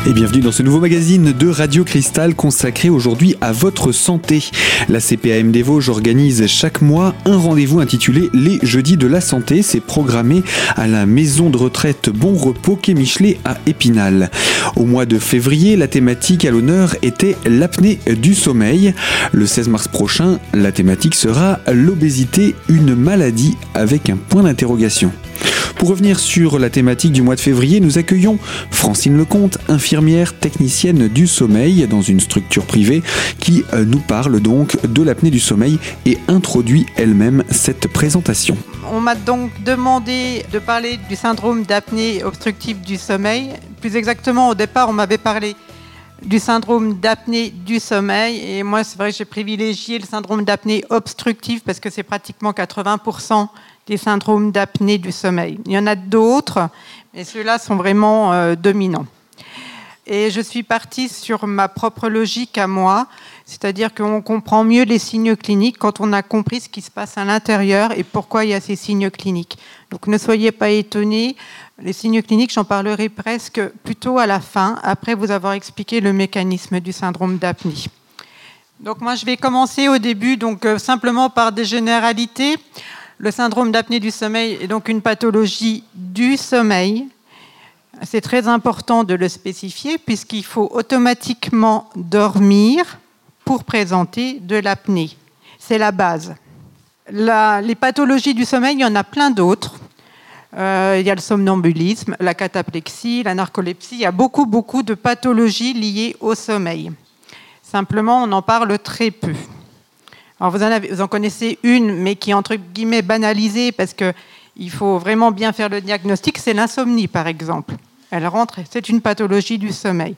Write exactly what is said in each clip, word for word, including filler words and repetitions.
Et bienvenue dans ce nouveau magazine de Radio Cristal consacré aujourd'hui à votre santé. La C P A M des Vosges organise chaque mois un rendez-vous intitulé Les Jeudis de la Santé. C'est programmé à la maison de retraite Bon Repos quai Michelet à Épinal. Au mois de février, la thématique à l'honneur était l'apnée du sommeil. Le seize mars prochain, la thématique sera l'obésité, une maladie avec un point d'interrogation. Pour revenir sur la thématique du mois de février, nous accueillons Francine Lecomte, infirmière technicienne du sommeil dans une structure privée qui nous parle donc de l'apnée du sommeil et introduit elle-même cette présentation. On m'a donc demandé de parler du syndrome d'apnée obstructive du sommeil. Plus exactement, au départ, on m'avait parlé du syndrome d'apnée du sommeil. Et moi, c'est vrai que j'ai privilégié le syndrome d'apnée obstructive parce que c'est pratiquement quatre-vingts pour cent des syndromes d'apnée du sommeil. Il y en a d'autres, mais ceux-là sont vraiment euh, dominants. Et je suis partie sur ma propre logique à moi, c'est-à-dire qu'on comprend mieux les signes cliniques quand on a compris ce qui se passe à l'intérieur et pourquoi il y a ces signes cliniques. Donc ne soyez pas étonnés, les signes cliniques, j'en parlerai presque plutôt à la fin, après vous avoir expliqué le mécanisme du syndrome d'apnée. Donc moi je vais commencer au début donc euh, simplement par des généralités. Le syndrome d'apnée du sommeil est donc une pathologie du sommeil. C'est très important de le spécifier puisqu'il faut automatiquement dormir pour présenter de l'apnée. C'est la base. La, les pathologies du sommeil, il y en a plein d'autres. Euh, il y a le somnambulisme, la cataplexie, la narcolepsie. Il y a beaucoup, beaucoup de pathologies liées au sommeil. Simplement, on en parle très peu. Alors vous en, avez, vous en connaissez une, mais qui est entre guillemets banalisée parce qu'il faut vraiment bien faire le diagnostic, c'est l'insomnie par exemple. Elle rentre, c'est une pathologie du sommeil.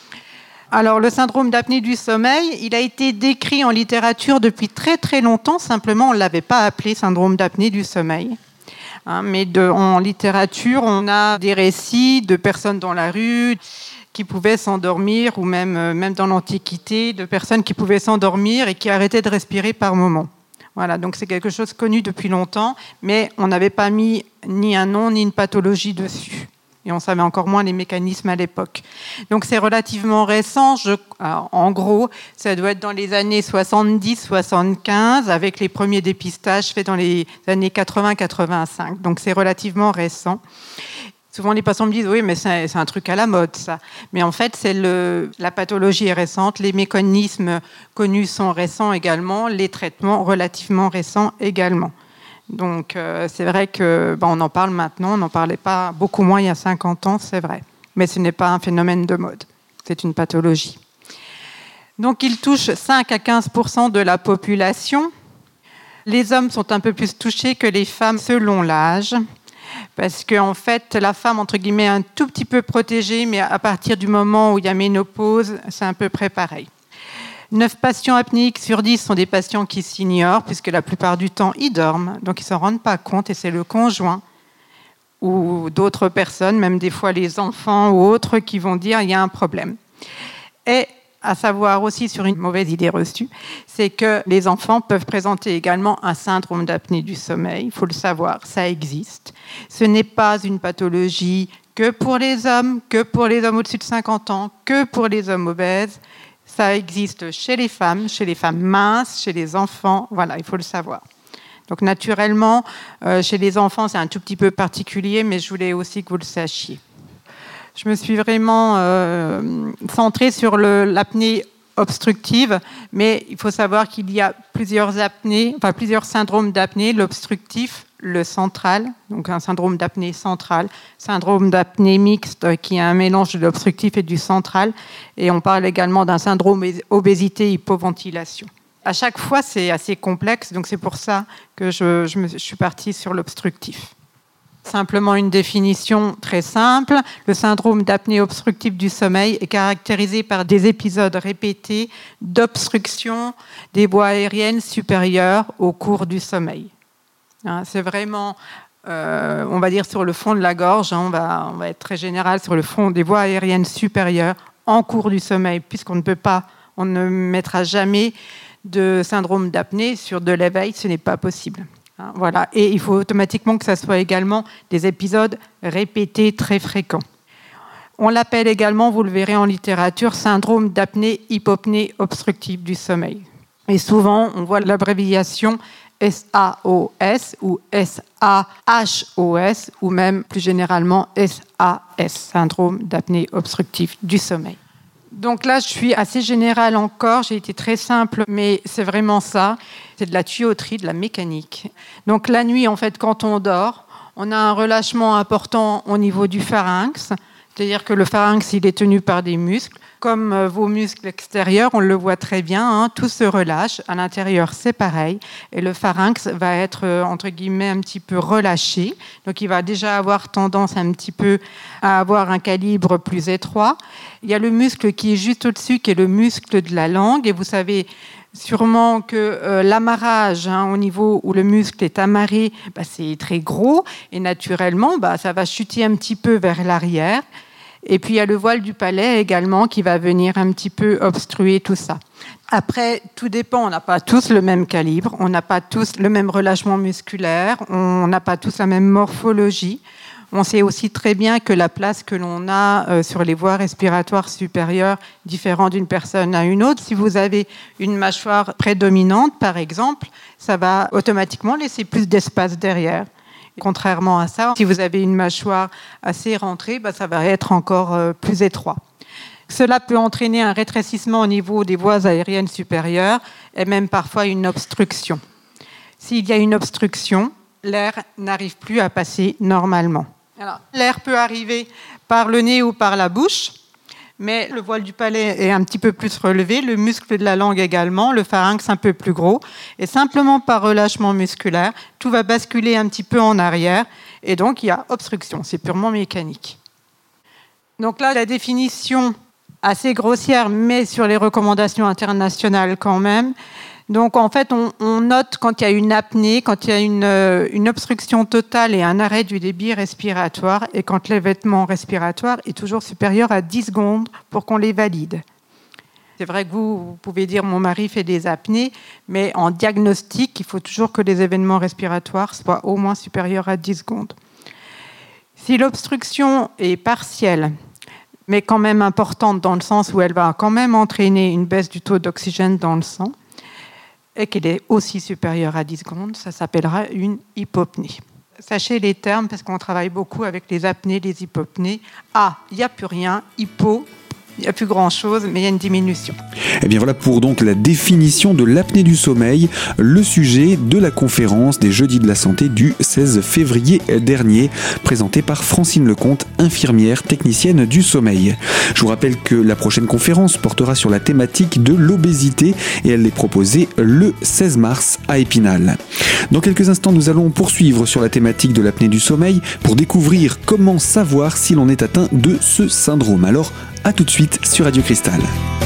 Alors le syndrome d'apnée du sommeil, il a été décrit en littérature depuis très très longtemps, simplement on ne l'avait pas appelé syndrome d'apnée du sommeil. Hein, mais de, en littérature, on a des récits de personnes dans la rue qui pouvaient s'endormir, ou même, euh, même dans l'Antiquité, de personnes qui pouvaient s'endormir et qui arrêtaient de respirer par moment. Voilà, donc c'est quelque chose connu depuis longtemps, mais on n'avait pas mis ni un nom ni une pathologie dessus. Et on savait encore moins les mécanismes à l'époque. Donc c'est relativement récent. Je, alors, en gros, ça doit être dans les années soixante-dix soixante-quinze, avec les premiers dépistages faits dans les années quatre-vingts quatre-vingt-cinq. Donc c'est relativement récent. Souvent, les patients me disent « oui, mais c'est, c'est un truc à la mode, ça ». Mais en fait, c'est le, la pathologie est récente, les mécanismes connus sont récents également, les traitements relativement récents également. Donc, euh, c'est vrai qu'on ben, en parle maintenant, on n'en parlait pas beaucoup moins il y a cinquante ans, c'est vrai. Mais ce n'est pas un phénomène de mode, c'est une pathologie. Donc, il touche cinq à quinze pour cent de la population. Les hommes sont un peu plus touchés que les femmes selon l'âge. Parce qu'en fait, la femme, entre guillemets, est un tout petit peu protégée, mais à partir du moment où il y a ménopause, c'est à peu près pareil. neuf patients apnéiques sur dix sont des patients qui s'ignorent, puisque la plupart du temps, ils dorment, donc ils ne s'en rendent pas compte, et c'est le conjoint ou d'autres personnes, même des fois les enfants ou autres, qui vont dire qu'il y a un problème. Et à savoir aussi sur une mauvaise idée reçue, c'est que les enfants peuvent présenter également un syndrome d'apnée du sommeil. Il faut le savoir, ça existe. Ce n'est pas une pathologie que pour les hommes, que pour les hommes au-dessus de cinquante ans, que pour les hommes obèses. Ça existe chez les femmes, chez les femmes minces, chez les enfants. Voilà, il faut le savoir. Donc naturellement, euh, chez les enfants, c'est un tout petit peu particulier, mais je voulais aussi que vous le sachiez. Je me suis vraiment euh, centrée sur le, l'apnée obstructive, mais il faut savoir qu'il y a plusieurs apnées, enfin plusieurs syndromes d'apnée, l'obstructif, le central, donc un syndrome d'apnée centrale, syndrome d'apnée mixte qui est un mélange de l'obstructif et du central, et on parle également d'un syndrome obésité-hypoventilation. À chaque fois, c'est assez complexe, donc c'est pour ça que je, je, me, je suis partie sur l'obstructif. Simplement une définition très simple. Le syndrome d'apnée obstructive du sommeil est caractérisé par des épisodes répétés d'obstruction des voies aériennes supérieures au cours du sommeil. Hein, c'est vraiment, euh, on va dire, sur le fond de la gorge. Hein, on va, on va être très général sur le fond des voies aériennes supérieures en cours du sommeil, puisqu'on ne peut pas, on ne mettra jamais de syndrome d'apnée sur de l'éveil, ce n'est pas possible. Hein, voilà. Et il faut automatiquement que ça soit également des épisodes répétés très fréquents. On l'appelle également, vous le verrez en littérature, syndrome d'apnée-hypopnée obstructive du sommeil. Et souvent, on voit l'abréviation S A O S ou S A H O S ou même plus généralement S A S, syndrome d'apnée obstructive du sommeil. Donc là, je suis assez générale encore, j'ai été très simple, mais c'est vraiment ça, c'est de la tuyauterie, de la mécanique. Donc la nuit, en fait, quand on dort, on a un relâchement important au niveau du pharynx, c'est-à-dire que le pharynx, il est tenu par des muscles. Comme euh, vos muscles extérieurs, on le voit très bien, hein, tout se relâche. À l'intérieur, c'est pareil. Et le pharynx va être, euh, entre guillemets, un petit peu relâché. Donc, il va déjà avoir tendance un petit peu à avoir un calibre plus étroit. Il y a le muscle qui est juste au-dessus, qui est le muscle de la langue. Et vous savez sûrement que euh, l'amarrage, hein, au niveau où le muscle est amarré, bah, c'est très gros. Et naturellement, bah, ça va chuter un petit peu vers l'arrière. Et puis, il y a le voile du palais également qui va venir un petit peu obstruer tout ça. Après, tout dépend. On n'a pas tous le même calibre. On n'a pas tous le même relâchement musculaire. On n'a pas tous la même morphologie. On sait aussi très bien que la place que l'on a euh, sur les voies respiratoires supérieures diffère d'une personne à une autre. Si vous avez une mâchoire prédominante, par exemple, ça va automatiquement laisser plus d'espace derrière. Contrairement à ça, si vous avez une mâchoire assez rentrée, bah, ça va être encore euh, plus étroit. Cela peut entraîner un rétrécissement au niveau des voies aériennes supérieures et même parfois une obstruction. S'il y a une obstruction, l'air n'arrive plus à passer normalement. Alors, l'air peut arriver par le nez ou par la bouche, mais le voile du palais est un petit peu plus relevé, le muscle de la langue également, le pharynx un peu plus gros. Et simplement par relâchement musculaire, tout va basculer un petit peu en arrière. Et donc, il y a obstruction. C'est purement mécanique. Donc là, la définition assez grossière, mais sur les recommandations internationales quand même. Donc, en fait, on, on note quand il y a une apnée, quand il y a une, euh, une obstruction totale et un arrêt du débit respiratoire, et quand l'événement respiratoire est toujours supérieur à dix secondes pour qu'on les valide. C'est vrai que vous, vous pouvez dire « mon mari fait des apnées », mais en diagnostic, il faut toujours que les événements respiratoires soient au moins supérieurs à dix secondes. Si l'obstruction est partielle, mais quand même importante dans le sens où elle va quand même entraîner une baisse du taux d'oxygène dans le sang, et qu'elle est aussi supérieure à dix secondes, ça s'appellera une hypopnée. Sachez les termes, parce qu'on travaille beaucoup avec les apnées, les hypopnées. Ah, il n'y a plus rien, hypo, il n'y a plus grand-chose, mais il y a une diminution. Et bien voilà pour donc la définition de l'apnée du sommeil, le sujet de la conférence des Jeudis de la Santé du seize février dernier, présentée par Francine Lecomte, infirmière technicienne du sommeil. Je vous rappelle que la prochaine conférence portera sur la thématique de l'obésité et elle est proposée le seize mars à Épinal. Dans quelques instants, nous allons poursuivre sur la thématique de l'apnée du sommeil pour découvrir comment savoir si l'on est atteint de ce syndrome. Alors, à tout de suite sur Radio Cristal.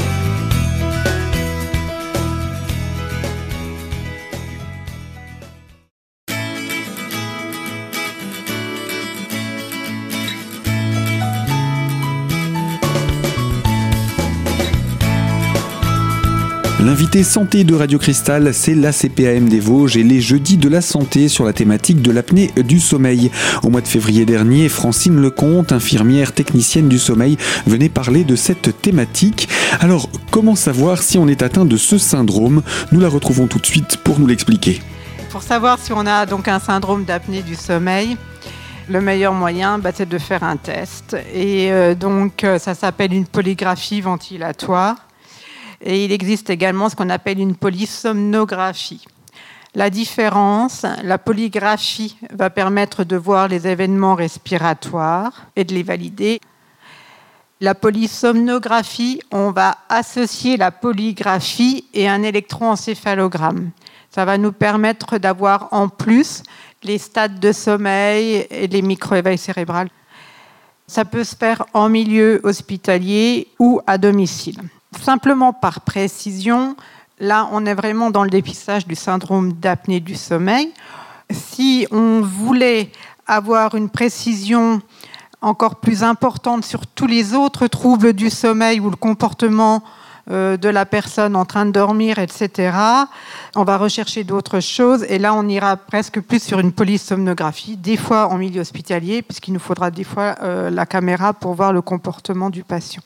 L'invité santé de Radio Cristal, c'est l'A C P A M des Vosges et les Jeudis de la Santé sur la thématique de l'apnée du sommeil. Au mois de février dernier, Francine Lecomte, infirmière technicienne du sommeil, venait parler de cette thématique. Alors, comment savoir si on est atteint de ce syndrome ? Nous la retrouvons tout de suite pour nous l'expliquer. Pour savoir si on a donc un syndrome d'apnée du sommeil, le meilleur moyen, bah, c'est de faire un test. Et euh, donc, ça s'appelle une polygraphie ventilatoire. Et il existe également ce qu'on appelle une polysomnographie. La différence, la polygraphie va permettre de voir les événements respiratoires et de les valider. La polysomnographie, on va associer la polygraphie et un électroencéphalogramme. Ça va nous permettre d'avoir en plus les stades de sommeil et les micro-éveils cérébraux. Ça peut se faire en milieu hospitalier ou à domicile. Simplement par précision, là, on est vraiment dans le dépistage du syndrome d'apnée du sommeil. Si on voulait avoir une précision encore plus importante sur tous les autres troubles du sommeil ou le comportement euh, de la personne en train de dormir, et cetera. On va rechercher d'autres choses et là on ira presque plus sur une polysomnographie, des fois en milieu hospitalier, puisqu'il nous faudra des fois euh, la caméra pour voir le comportement du patient.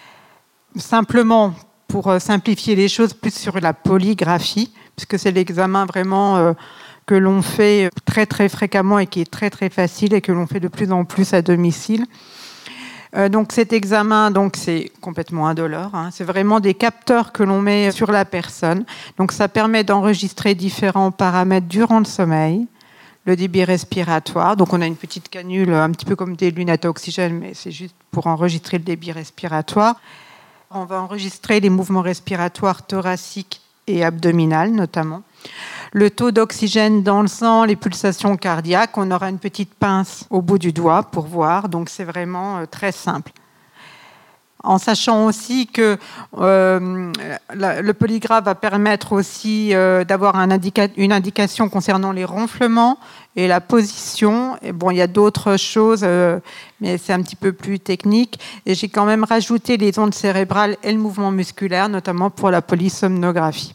Simplement, pour euh, simplifier les choses, plus sur la polygraphie, puisque c'est l'examen vraiment euh, que l'on fait très très fréquemment et qui est très très facile et que l'on fait de plus en plus à domicile. Euh, donc cet examen, donc c'est complètement indolore. Hein. C'est vraiment des capteurs que l'on met sur la personne. Donc ça permet d'enregistrer différents paramètres durant le sommeil, le débit respiratoire. Donc on a une petite canule, un petit peu comme des lunettes à oxygène, mais c'est juste pour enregistrer le débit respiratoire. On va enregistrer les mouvements respiratoires thoraciques et abdominales notamment. Le taux d'oxygène dans le sang, les pulsations cardiaques, on aura une petite pince au bout du doigt pour voir, donc c'est vraiment euh, très simple. En sachant aussi que euh, la, le polygraphe va permettre aussi euh, d'avoir un indica- une indication concernant les ronflements et la position. Et bon, il y a d'autres choses, euh, mais c'est un petit peu plus technique. Et j'ai quand même rajouté les ondes cérébrales et le mouvement musculaire, notamment pour la polysomnographie.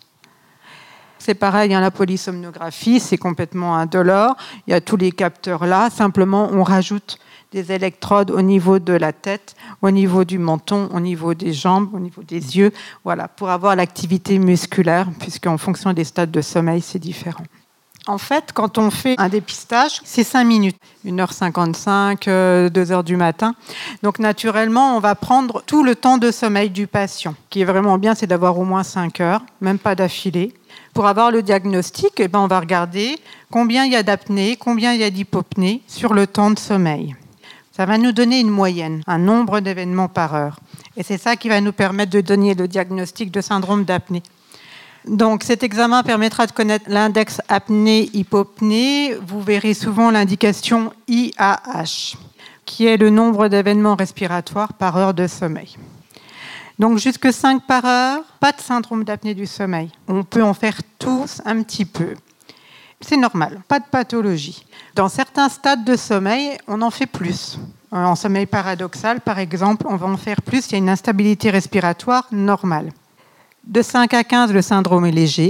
C'est pareil, hein, la polysomnographie, c'est complètement indolore. Il y a tous les capteurs là. Simplement, on rajoute des électrodes au niveau de la tête, au niveau du menton, au niveau des jambes, au niveau des yeux, voilà, pour avoir l'activité musculaire, puisqu'en fonction des stades de sommeil, c'est différent. En fait, quand on fait un dépistage, c'est cinq minutes, une heure cinquante-cinq, euh, deux heures du matin. Donc naturellement, on va prendre tout le temps de sommeil du patient. Ce qui est vraiment bien, c'est d'avoir au moins cinq heures, même pas d'affilée. Pour avoir le diagnostic, eh ben, on va regarder combien il y a d'apnée, combien il y a d'hypopnée sur le temps de sommeil. Ça va nous donner une moyenne, un nombre d'événements par heure. Et c'est ça qui va nous permettre de donner le diagnostic de syndrome d'apnée. Donc cet examen permettra de connaître l'index apnée-hypopnée. Vous verrez souvent l'indication I A H, qui est le nombre d'événements respiratoires par heure de sommeil. Donc jusque cinq par heure, pas de syndrome d'apnée du sommeil. On peut en faire tous un petit peu. C'est normal, pas de pathologie. Dans certains stades de sommeil, on en fait plus. En sommeil paradoxal, par exemple, on va en faire plus. Il y a une instabilité respiratoire normale. De cinq à quinze, le syndrome est léger.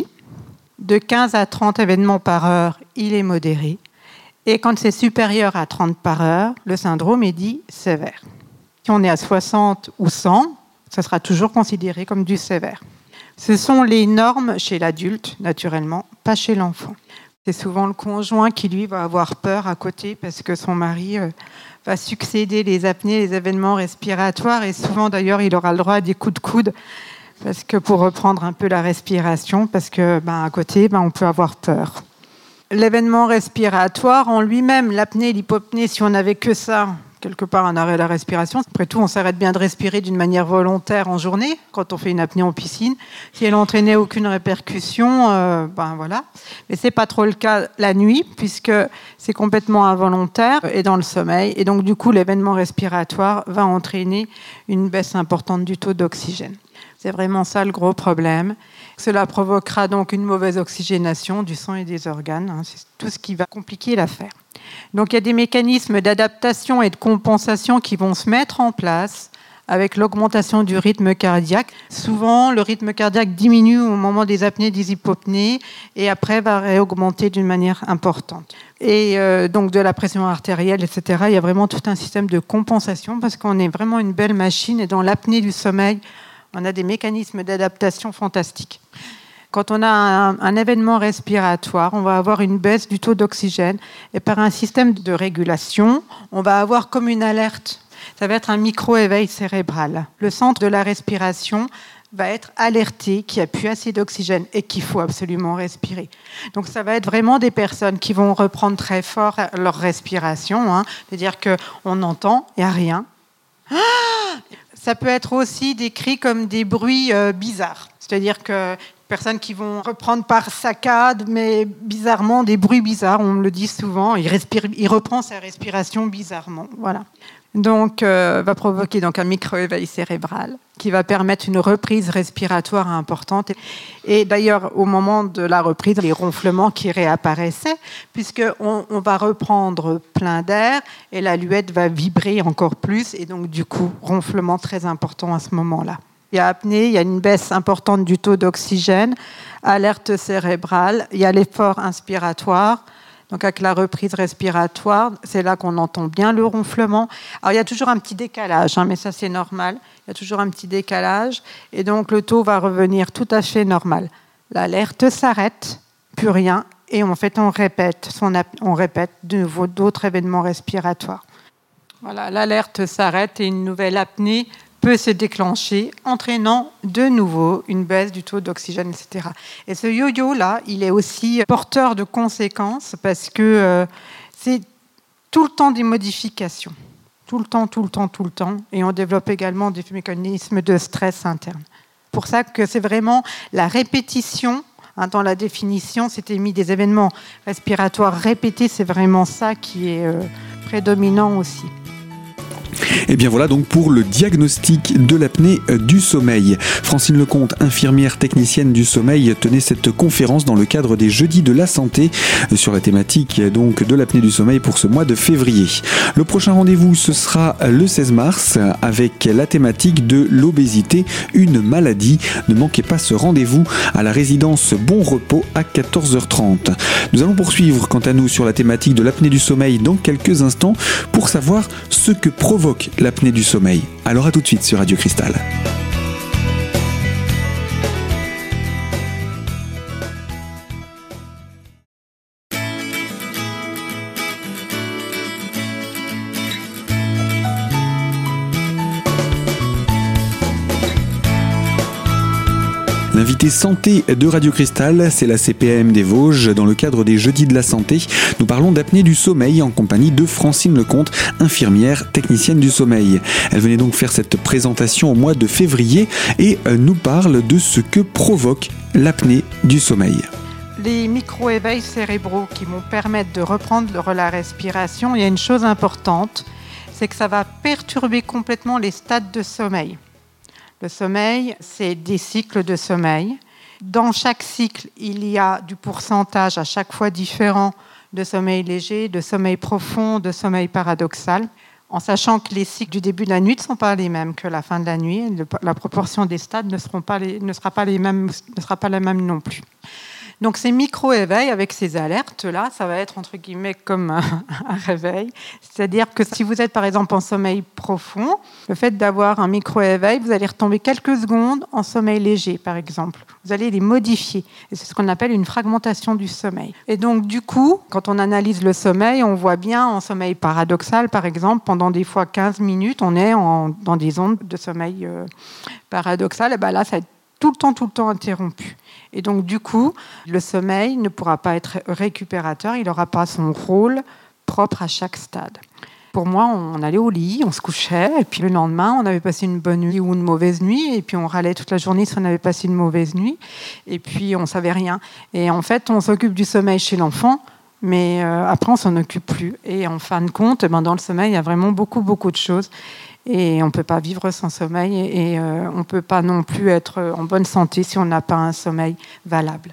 De quinze à trente événements par heure, il est modéré. Et quand c'est supérieur à trente par heure, le syndrome est dit sévère. Si on est à soixante ou cent, ça sera toujours considéré comme du sévère. Ce sont les normes chez l'adulte, naturellement, pas chez l'enfant. C'est souvent le conjoint qui, lui, va avoir peur à côté parce que son mari euh, va succéder les apnées, les événements respiratoires. Et souvent, d'ailleurs, il aura le droit à des coups de coude parce que pour reprendre un peu la respiration, parce que ben, à côté, ben, on peut avoir peur. L'événement respiratoire en lui-même, l'apnée, l'hypopnée, si on n'avait que ça, quelque part un arrêt de la respiration. Après tout, on s'arrête bien de respirer d'une manière volontaire en journée, quand on fait une apnée en piscine. Si elle n'entraînait aucune répercussion, euh, ben voilà. Mais c'est pas trop le cas la nuit, puisque c'est complètement involontaire et dans le sommeil. Et donc, du coup, l'événement respiratoire va entraîner une baisse importante du taux d'oxygène. C'est vraiment ça le gros problème. Cela provoquera donc une mauvaise oxygénation du sang et des organes. Hein. C'est tout ce qui va compliquer l'affaire. Donc il y a des mécanismes d'adaptation et de compensation qui vont se mettre en place avec l'augmentation du rythme cardiaque. Souvent, le rythme cardiaque diminue au moment des apnées, des hypopnées et après va réaugmenter d'une manière importante. Et euh, donc de la pression artérielle, et cetera. Il y a vraiment tout un système de compensation parce qu'on est vraiment une belle machine et dans l'apnée du sommeil, on a des mécanismes d'adaptation fantastiques. Quand on a un, un événement respiratoire, on va avoir une baisse du taux d'oxygène et par un système de régulation, on va avoir comme une alerte. Ça va être un micro-éveil cérébral. Le centre de la respiration va être alerté qu'il n'y a plus assez d'oxygène et qu'il faut absolument respirer. Donc ça va être vraiment des personnes qui vont reprendre très fort leur respiration, hein, c'est-à-dire qu'on entend, il n'y a rien. Ah, ça peut être aussi décrit comme des bruits euh, bizarres, c'est-à-dire que personnes qui vont reprendre par saccades, mais bizarrement, des bruits bizarres, on me le dit souvent, il, respire, il reprend sa respiration bizarrement, voilà. Donc, euh, va provoquer donc un micro-éveil cérébral qui va permettre une reprise respiratoire importante. Et d'ailleurs, au moment de la reprise, les ronflements qui réapparaissaient, puisqu'on on va reprendre plein d'air et la luette va vibrer encore plus. Et donc, du coup, ronflement très important à ce moment-là. Il y a apnée, il y a une baisse importante du taux d'oxygène, alerte cérébrale, il y a l'effort inspiratoire. Donc avec la reprise respiratoire, c'est là qu'on entend bien le ronflement. Alors il y a toujours un petit décalage, hein, mais ça c'est normal. Il y a toujours un petit décalage et donc le taux va revenir tout à fait normal. L'alerte s'arrête, plus rien, et en fait on répète, son ap- on répète de nouveau d'autres événements respiratoires. Voilà, l'alerte s'arrête et une nouvelle apnée peut se déclencher, entraînant de nouveau une baisse du taux d'oxygène, et cetera. Et ce yo-yo-là, il est aussi porteur de conséquences parce que euh, c'est tout le temps des modifications. Tout le temps, tout le temps, tout le temps. Et on développe également des mécanismes de stress interne. C'est pour ça que c'est vraiment la répétition. Hein, dans la définition, c'était mis des événements respiratoires répétés. C'est vraiment ça qui est euh, prédominant aussi. Et bien voilà donc pour le diagnostic de l'apnée du sommeil. Francine Lecomte, infirmière technicienne du sommeil, tenait cette conférence dans le cadre des Jeudis de la Santé sur la thématique donc de l'apnée du sommeil pour ce mois de février. Le prochain rendez-vous, ce sera le seize mars avec la thématique de l'obésité, une maladie. Ne manquez pas ce rendez-vous à la résidence Bon Repos à quatorze heures trente. Nous allons poursuivre quant à nous sur la thématique de l'apnée du sommeil dans quelques instants pour savoir ce que provoque l'apnée du sommeil. Alors à tout de suite sur Radio Cristal. L'invité santé de Radio Cristal, c'est la C P A M des Vosges. Dans le cadre des Jeudis de la Santé, nous parlons d'apnée du sommeil en compagnie de Francine Lecomte, infirmière technicienne du sommeil. Elle venait donc faire cette présentation au mois de février et nous parle de ce que provoque l'apnée du sommeil. Les micro-éveils cérébraux qui vont permettre de reprendre la respiration, il y a une chose importante, c'est que ça va perturber complètement les stades de sommeil. Le sommeil, c'est des cycles de sommeil. Dans chaque cycle, il y a du pourcentage à chaque fois différent de sommeil léger, de sommeil profond, de sommeil paradoxal, en sachant que les cycles du début de la nuit ne sont pas les mêmes que la fin de la nuit. La proportion des stades ne, seront pas les, ne, sera pas les mêmes, ne sera pas la même non plus. Donc ces micro-éveils avec ces alertes-là, ça va être entre guillemets comme un, un réveil. C'est-à-dire que si vous êtes par exemple en sommeil profond, le fait d'avoir un micro-éveil, vous allez retomber quelques secondes en sommeil léger par exemple. Vous allez les modifier. Et c'est ce qu'on appelle une fragmentation du sommeil. Et donc du coup, quand on analyse le sommeil, on voit bien en sommeil paradoxal par exemple, pendant des fois quinze minutes, on est en, dans des ondes de sommeil euh, paradoxal. Et ben là, ça va être tout le temps, tout le temps interrompu. Et donc, du coup, le sommeil ne pourra pas être récupérateur, il n'aura pas son rôle propre à chaque stade. Pour moi, on allait au lit, on se couchait, et puis le lendemain, on avait passé une bonne nuit ou une mauvaise nuit, et puis on râlait toute la journée si on avait passé une mauvaise nuit, et puis on ne savait rien. Et en fait, on s'occupe du sommeil chez l'enfant, mais euh, après, on ne s'en occupe plus. Et en fin de compte, ben, dans le sommeil, il y a vraiment beaucoup, beaucoup de choses. Et on ne peut pas vivre sans sommeil et, et euh, on ne peut pas non plus être en bonne santé si on n'a pas un sommeil valable.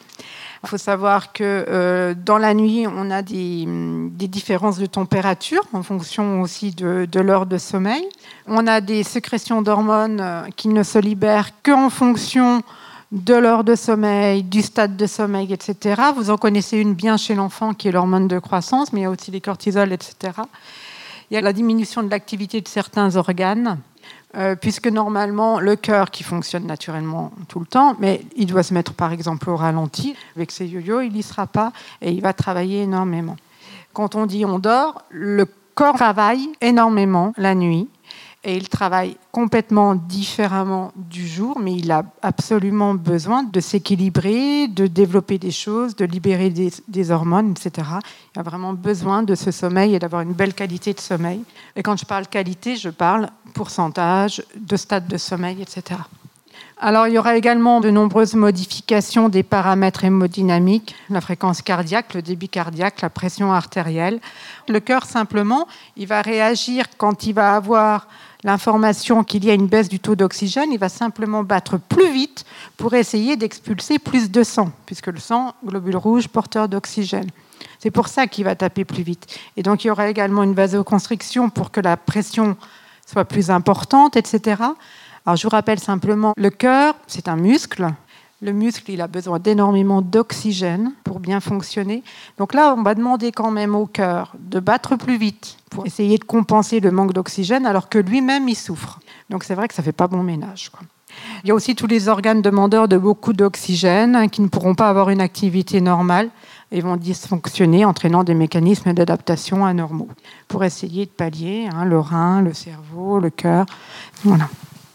Il faut savoir que euh, dans la nuit, on a des, des différences de température en fonction aussi de, de l'heure de sommeil. On a des sécrétions d'hormones qui ne se libèrent qu'en fonction de l'heure de sommeil, du stade de sommeil, et cetera. Vous en connaissez une bien chez l'enfant qui est l'hormone de croissance, mais il y a aussi les cortisol, et cetera. Il y a la diminution de l'activité de certains organes, euh, puisque normalement, le cœur qui fonctionne naturellement tout le temps, mais il doit se mettre par exemple au ralenti. Avec ses yo-yo, il n'y sera pas et il va travailler énormément. Quand on dit on dort, le corps travaille énormément la nuit et il travaille complètement différemment du jour, mais il a absolument besoin de s'équilibrer, de développer des choses, de libérer des, des hormones, et cetera. Il a vraiment besoin de ce sommeil et d'avoir une belle qualité de sommeil. Et quand je parle qualité, je parle pourcentage, de stade de sommeil, et cetera. Alors, il y aura également de nombreuses modifications des paramètres hémodynamiques, la fréquence cardiaque, le débit cardiaque, la pression artérielle. Le cœur, simplement, il va réagir quand il va avoir l'information qu'il y a une baisse du taux d'oxygène, il va simplement battre plus vite pour essayer d'expulser plus de sang, puisque le sang, globule rouge, porteur d'oxygène. C'est pour ça qu'il va taper plus vite. Et donc, il y aura également une vasoconstriction pour que la pression soit plus importante, et cetera. Alors, je vous rappelle simplement, le cœur, c'est un muscle. Le muscle, il a besoin d'énormément d'oxygène pour bien fonctionner. Donc là, on va demander quand même au cœur de battre plus vite pour essayer de compenser le manque d'oxygène, alors que lui-même, il souffre. Donc c'est vrai que ça ne fait pas bon ménage, quoi. Il y a aussi tous les organes demandeurs de beaucoup d'oxygène hein, qui ne pourront pas avoir une activité normale et vont dysfonctionner, entraînant des mécanismes d'adaptation anormaux pour essayer de pallier hein, le rein, le cerveau, le cœur. Voilà.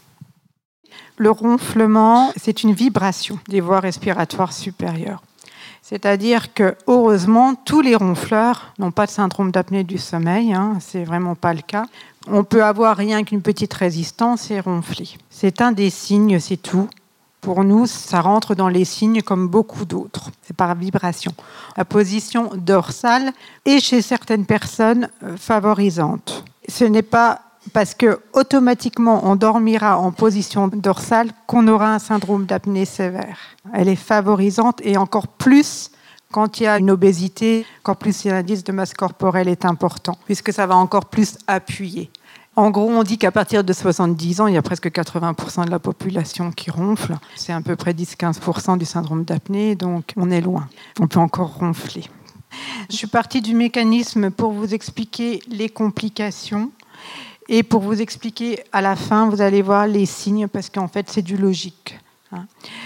Le ronflement, c'est une vibration des voies respiratoires supérieures. C'est-à-dire que, heureusement, tous les ronfleurs n'ont pas de syndrome d'apnée du sommeil, hein, c'est vraiment pas le cas. On peut avoir rien qu'une petite résistance et ronfler. C'est un des signes, c'est tout. Pour nous, ça rentre dans les signes comme beaucoup d'autres. C'est par vibration. La position dorsale est chez certaines personnes favorisante. Ce n'est pas parce que automatiquement on dormira en position dorsale qu'on aura un syndrome d'apnée sévère. Elle est favorisante et encore plus quand il y a une obésité, encore plus si l'indice de masse corporelle est important, puisque ça va encore plus appuyer. En gros, on dit qu'à partir de soixante-dix ans, il y a presque quatre-vingts pour cent de la population qui ronfle. C'est à peu près dix à quinze pour cent du syndrome d'apnée, donc on est loin. On peut encore ronfler. Je suis partie du mécanisme pour vous expliquer les complications. Et pour vous expliquer, à la fin, vous allez voir les signes, parce qu'en fait, c'est du logique. Hein.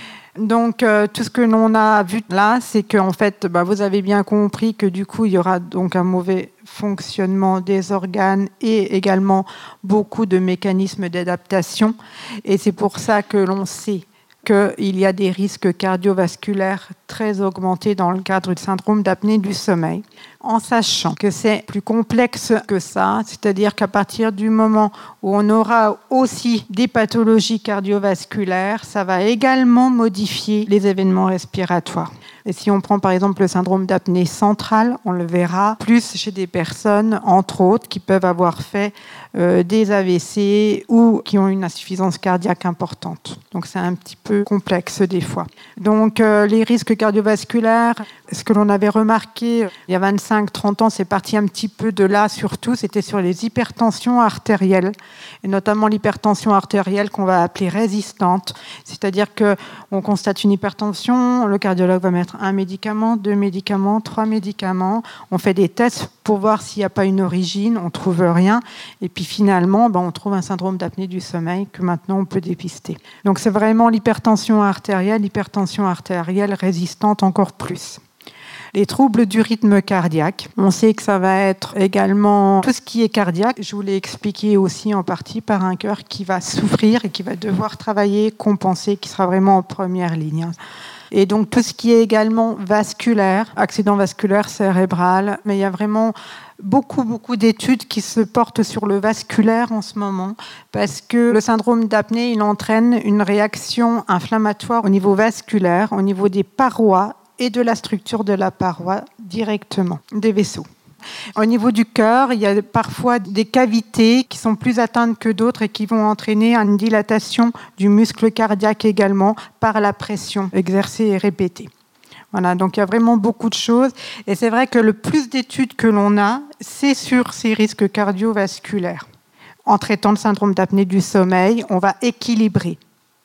Donc, euh, tout ce que l'on a vu là, c'est qu'en fait, bah, vous avez bien compris que du coup, il y aura donc un mauvais fonctionnement des organes et également beaucoup de mécanismes d'adaptation. Et c'est pour ça que l'on sait qu'il y a des risques cardiovasculaires très augmentés dans le cadre du syndrome d'apnée du sommeil, en sachant que c'est plus complexe que ça, c'est-à-dire qu'à partir du moment où on aura aussi des pathologies cardiovasculaires, ça va également modifier les événements respiratoires. Et si on prend par exemple le syndrome d'apnée centrale, on le verra plus chez des personnes, entre autres, qui peuvent avoir fait euh, des A V C ou qui ont une insuffisance cardiaque importante. Donc c'est un petit peu complexe des fois. Donc euh, les risques cardiovasculaires, ce que l'on avait remarqué il y a vingt-cinq à trente ans, c'est parti un petit peu de là surtout, c'était sur les hypertensions artérielles, et notamment l'hypertension artérielle qu'on va appeler résistante. C'est-à-dire qu'on constate une hypertension, le cardiologue va mettre un médicament, deux médicaments, trois médicaments. On fait des tests pour voir s'il n'y a pas une origine, on ne trouve rien. Et puis finalement, ben, on trouve un syndrome d'apnée du sommeil que maintenant on peut dépister. Donc c'est vraiment l'hypertension artérielle, l'hypertension artérielle résistante encore plus. Les troubles du rythme cardiaque, on sait que ça va être également tout ce qui est cardiaque. Je vous l'ai expliqué aussi en partie par un cœur qui va souffrir et qui va devoir travailler, compenser, qui sera vraiment en première ligne. Et donc tout ce qui est également vasculaire, accident vasculaire cérébral, mais il y a vraiment beaucoup, beaucoup d'études qui se portent sur le vasculaire en ce moment, parce que le syndrome d'apnée, il entraîne une réaction inflammatoire au niveau vasculaire, au niveau des parois et de la structure de la paroi directement, des vaisseaux. Au niveau du cœur, il y a parfois des cavités qui sont plus atteintes que d'autres et qui vont entraîner une dilatation du muscle cardiaque également par la pression exercée et répétée. Voilà, donc il y a vraiment beaucoup de choses. Et c'est vrai que le plus d'études que l'on a, c'est sur ces risques cardiovasculaires. En traitant le syndrome d'apnée du sommeil, on va équilibrer.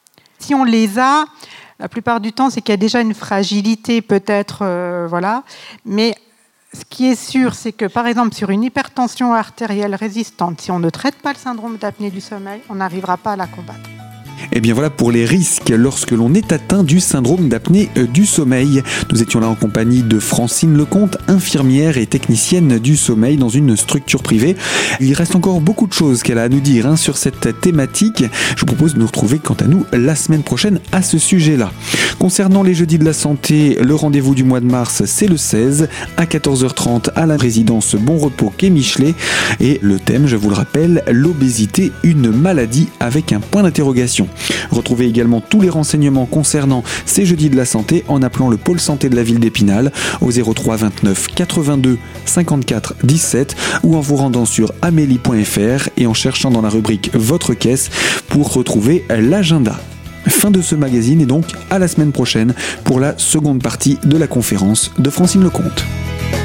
Si on les a, la plupart du temps, c'est qu'il y a déjà une fragilité peut-être, euh, voilà, mais ce qui est sûr, c'est que, par exemple, sur une hypertension artérielle résistante, si on ne traite pas le syndrome d'apnée du sommeil, on n'arrivera pas à la combattre. Et bien voilà pour les risques lorsque l'on est atteint du syndrome d'apnée du sommeil. Nous étions là en compagnie de Francine Lecomte, infirmière et technicienne du sommeil dans une structure privée. Il reste encore beaucoup de choses qu'elle a à nous dire hein, sur cette thématique. Je vous propose de nous retrouver quant à nous la semaine prochaine à ce sujet-là. Concernant les jeudis de la santé, le rendez-vous du mois de mars, c'est le seize à quatorze heures trente à la résidence Bon Repos quai Michelet. Et le thème, je vous le rappelle, l'obésité, une maladie avec un point d'interrogation. Retrouvez également tous les renseignements concernant ces jeudis de la santé en appelant le pôle santé de la ville d'Épinal au zéro trois vingt-neuf quatre-vingt-deux cinquante-quatre dix-sept ou en vous rendant sur amélie point f r et en cherchant dans la rubrique Votre caisse pour retrouver l'agenda. Fin de ce magazine et donc à la semaine prochaine pour la seconde partie de la conférence de Francine Lecomte.